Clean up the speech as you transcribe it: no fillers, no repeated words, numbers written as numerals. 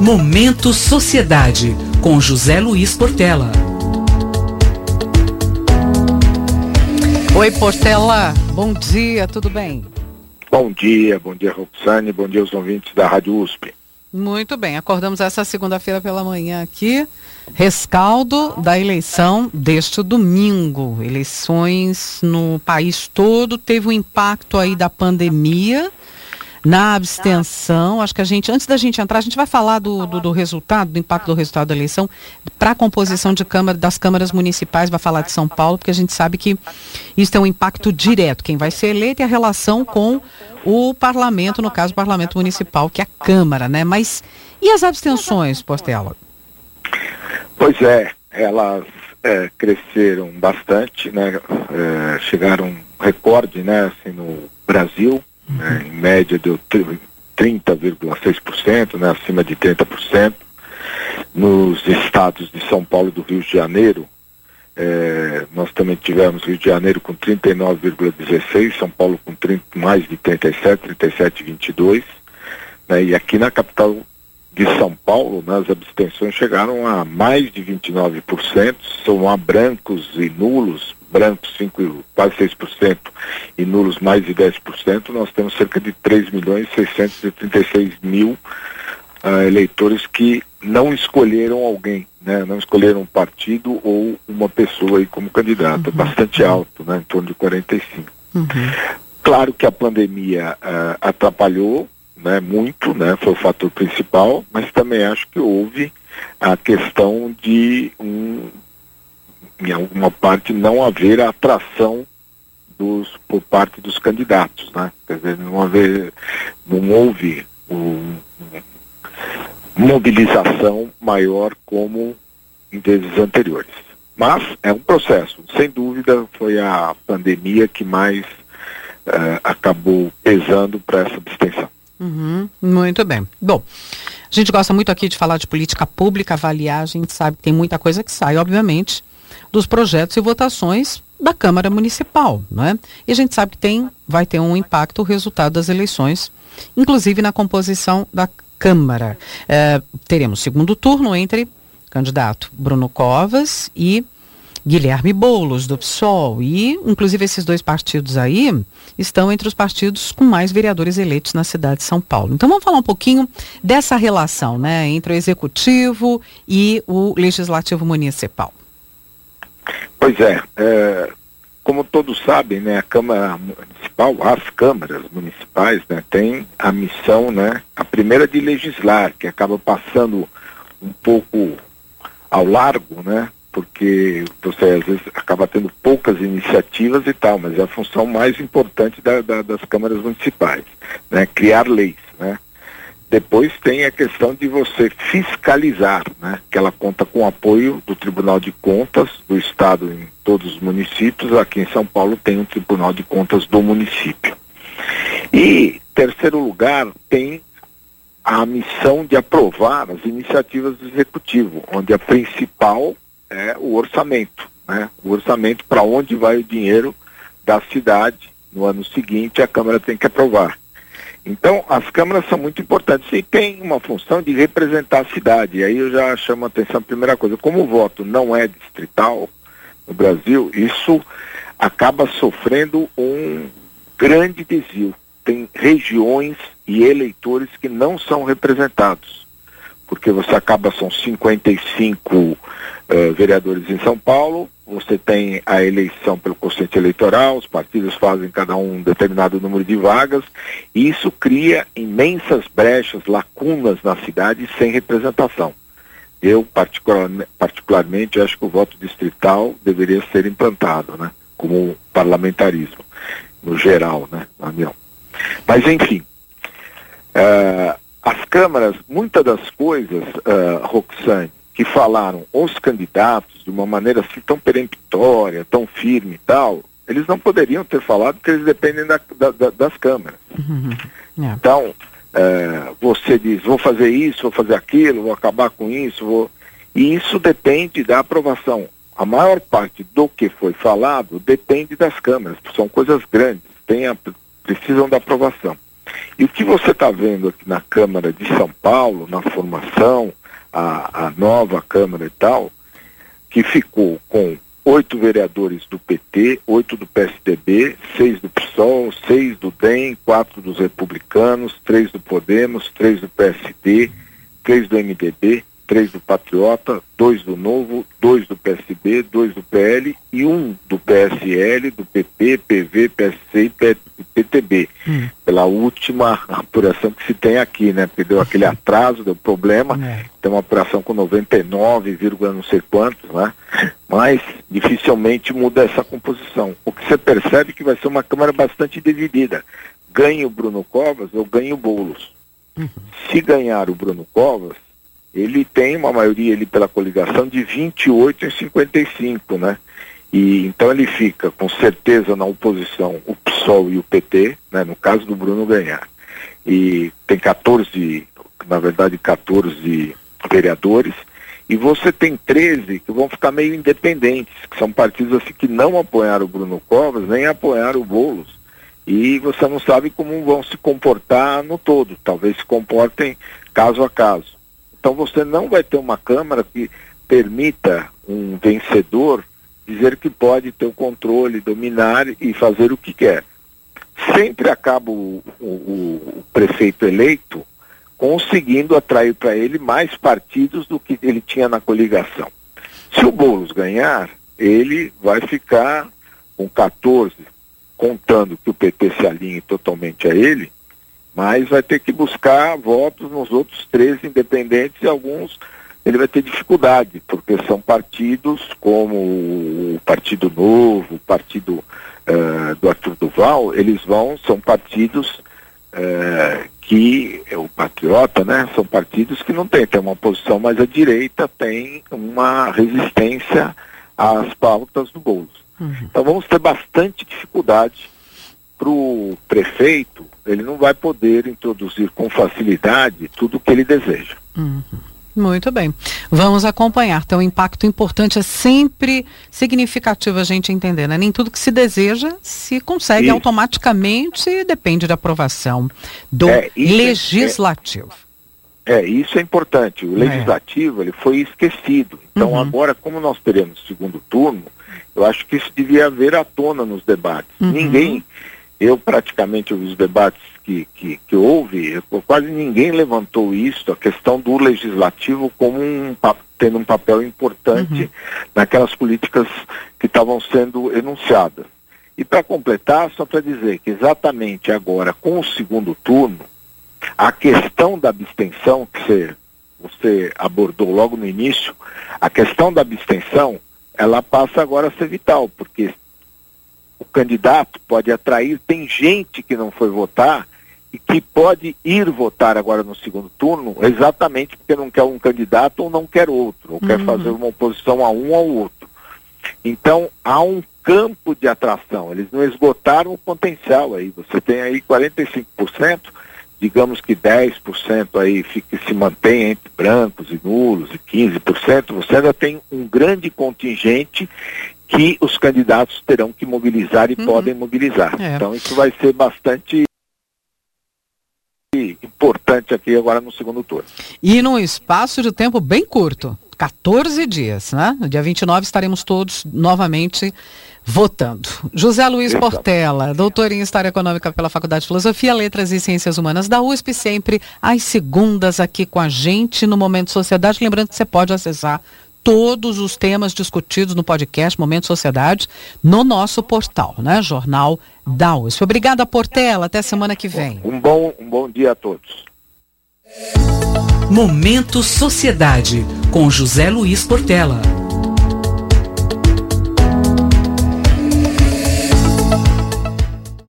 Momento Sociedade, com José Luiz Portela. Oi, Portela, bom dia, tudo bem? Bom dia, Roxane, bom dia aos ouvintes da Rádio USP. Muito bem, acordamos essa segunda-feira pela manhã aqui, rescaldo da eleição deste domingo. Eleições no país todo, teve um impacto aí da pandemia na abstenção. Acho que antes da gente entrar, a gente vai falar do resultado, do impacto do resultado da eleição para a composição das câmaras municipais, vai falar de São Paulo, porque a gente sabe que isso tem um impacto direto. Quem vai ser eleito é a relação com o parlamento, no caso o parlamento municipal, que é a Câmara, né? Mas e as abstenções, Portela? Pois é, elas cresceram bastante, né? Chegaram um recorde, né? Assim, no Brasil. Em média deu 30,6%, né, acima de 30%. Nos estados de São Paulo e do Rio de Janeiro, nós também tivemos Rio de Janeiro com 39,16%, São Paulo com mais de 37,22%, né, e aqui na capital de São Paulo, né, as abstenções chegaram a mais de 29%, são a brancos e nulos, brancos quase 6% e nulos mais de 10%, nós temos cerca de 3.636.000 eleitores que não escolheram alguém, né? Não escolheram um partido ou uma pessoa aí como candidato, bastante alto, né? Em torno de 45%. Claro que a pandemia atrapalhou, né? Muito, né? Foi o fator principal, mas também acho que houve a questão de em alguma parte não haver a atração por parte dos candidatos, né? Quer dizer, não houve mobilização maior como em vezes anteriores. Mas é um processo, sem dúvida foi a pandemia que mais acabou pesando para essa abstenção. Muito bem. Bom, a gente gosta muito aqui de falar de política pública, avaliar, a gente sabe que tem muita coisa que sai, obviamente, dos projetos e votações da Câmara Municipal, né? E a gente sabe que vai ter um impacto o resultado das eleições, inclusive na composição da Câmara. Teremos segundo turno entre candidato Bruno Covas e Guilherme Boulos, do PSOL, e inclusive esses dois partidos aí estão entre os partidos com mais vereadores eleitos na cidade de São Paulo. Então vamos falar um pouquinho dessa relação, né, entre o Executivo e o Legislativo Municipal. Pois como todos sabem, né, a Câmara Municipal, as câmaras municipais, né, tem a missão, né, a primeira de legislar, que acaba passando um pouco ao largo, né, porque você às vezes acaba tendo poucas iniciativas e tal, mas é a função mais importante das câmaras municipais, né, criar leis, né. Depois tem a questão de você fiscalizar, né? Que ela conta com o apoio do Tribunal de Contas do Estado em todos os municípios. Aqui em São Paulo tem um Tribunal de Contas do município. E, terceiro lugar, tem a missão de aprovar as iniciativas do Executivo, onde a principal é o orçamento, né? O orçamento para onde vai o dinheiro da cidade no ano seguinte, a Câmara tem que aprovar. Então, as câmaras são muito importantes e tem uma função de representar a cidade. E aí eu já chamo a atenção, a primeira coisa, como o voto não é distrital no Brasil, isso acaba sofrendo um grande desvio. Tem regiões e eleitores que não são representados, porque são 55 vereadores em São Paulo, você tem a eleição pelo quociente eleitoral, os partidos fazem cada um determinado número de vagas, e isso cria imensas brechas, lacunas na cidade sem representação. Eu, particularmente, acho que o voto distrital deveria ser implantado, né, como parlamentarismo, no geral, né, na União. Mas, enfim, as câmaras, muitas das coisas, Roxane, que falaram os candidatos de uma maneira assim tão peremptória, tão firme e tal, eles não poderiam ter falado porque eles dependem das câmaras. Então, você diz, vou fazer isso, vou fazer aquilo, vou acabar com isso, e isso depende da aprovação. A maior parte do que foi falado depende das câmaras, são coisas grandes, precisam da aprovação. E o que você está vendo aqui na Câmara de São Paulo, na formação, a nova Câmara e tal, que ficou com 8 vereadores do PT, 8 do PSDB, 6 do PSOL, 6 do DEM, 4 dos republicanos, 3 do Podemos, 3 do PSD, 3 do MDB, 3 do Patriota, 2 do Novo, 2 do PSB, 2 do PL e 1 do PSL, do PP, PV, PSC e PTB. Pela última apuração que se tem aqui, né? Porque deu aquele atraso, deu problema, tem uma apuração com 99, não sei quantos, né? Mas dificilmente muda essa composição. O que você percebe é que vai ser uma Câmara bastante dividida. Ganha o Bruno Covas ou ganha o Boulos. Se ganhar o Bruno Covas, ele tem uma maioria ali pela coligação de 28 em 55, né? E então ele fica com certeza na oposição o PSOL e o PT, né? No caso do Bruno ganhar. E tem 14 vereadores, e você tem 13 que vão ficar meio independentes, que são partidos assim que não apoiaram o Bruno Covas, nem apoiaram o Boulos. E você não sabe como vão se comportar no todo, talvez se comportem caso a caso. Então você não vai ter uma Câmara que permita um vencedor dizer que pode ter o controle, dominar e fazer o que quer. Sempre acaba o prefeito eleito conseguindo atrair para ele mais partidos do que ele tinha na coligação. Se o Boulos ganhar, ele vai ficar com 14, contando que o PT se alinhe totalmente a ele, mas vai ter que buscar votos nos outros 13 independentes e alguns ele vai ter dificuldade, porque são partidos como o Partido Novo, o partido do Arthur Duval, são partidos que, o Patriota, né, são partidos que não tem uma posição, mas a direita tem uma resistência às pautas do Boulos. Então vamos ter bastante dificuldade para o prefeito, ele não vai poder introduzir com facilidade tudo o que ele deseja. Muito bem. Vamos acompanhar. Então, o impacto importante é sempre significativo a gente entender, né? Nem tudo que se deseja se consegue automaticamente, depende da aprovação do legislativo. Isso é importante. O legislativo ele foi esquecido. Então, agora, como nós teremos segundo turno, eu acho que isso devia haver à tona nos debates. Eu praticamente ouvi os debates que houve, quase ninguém levantou isso, a questão do legislativo como tendo um papel importante naquelas políticas que estavam sendo enunciadas. E para completar, só para dizer que exatamente agora, com o segundo turno, a questão da abstenção, que você abordou logo no início, a questão da abstenção, ela passa agora a ser vital, porque o candidato pode atrair, tem gente que não foi votar e que pode ir votar agora no segundo turno exatamente porque não quer um candidato ou não quer outro, ou quer fazer uma oposição a um ou outro. Então há um campo de atração, eles não esgotaram o potencial aí, você tem aí 45%, digamos que 10% aí se mantém entre brancos e nulos e 15%, você ainda tem um grande contingente que os candidatos terão que mobilizar e podem mobilizar. Então isso vai ser bastante importante aqui agora no segundo turno. E num espaço de tempo bem curto, 14 dias, né? No dia 29 estaremos todos novamente votando. José Luiz Portela, doutor em História Econômica pela Faculdade de Filosofia, Letras e Ciências Humanas da USP, sempre às segundas aqui com a gente no Momento Sociedade. Lembrando que você pode acessar todos os temas discutidos no podcast Momento Sociedade no nosso portal, né? Jornal da USP. Obrigada, Portela. Até semana que vem. Um bom dia a todos. Momento Sociedade com José Luiz Portela.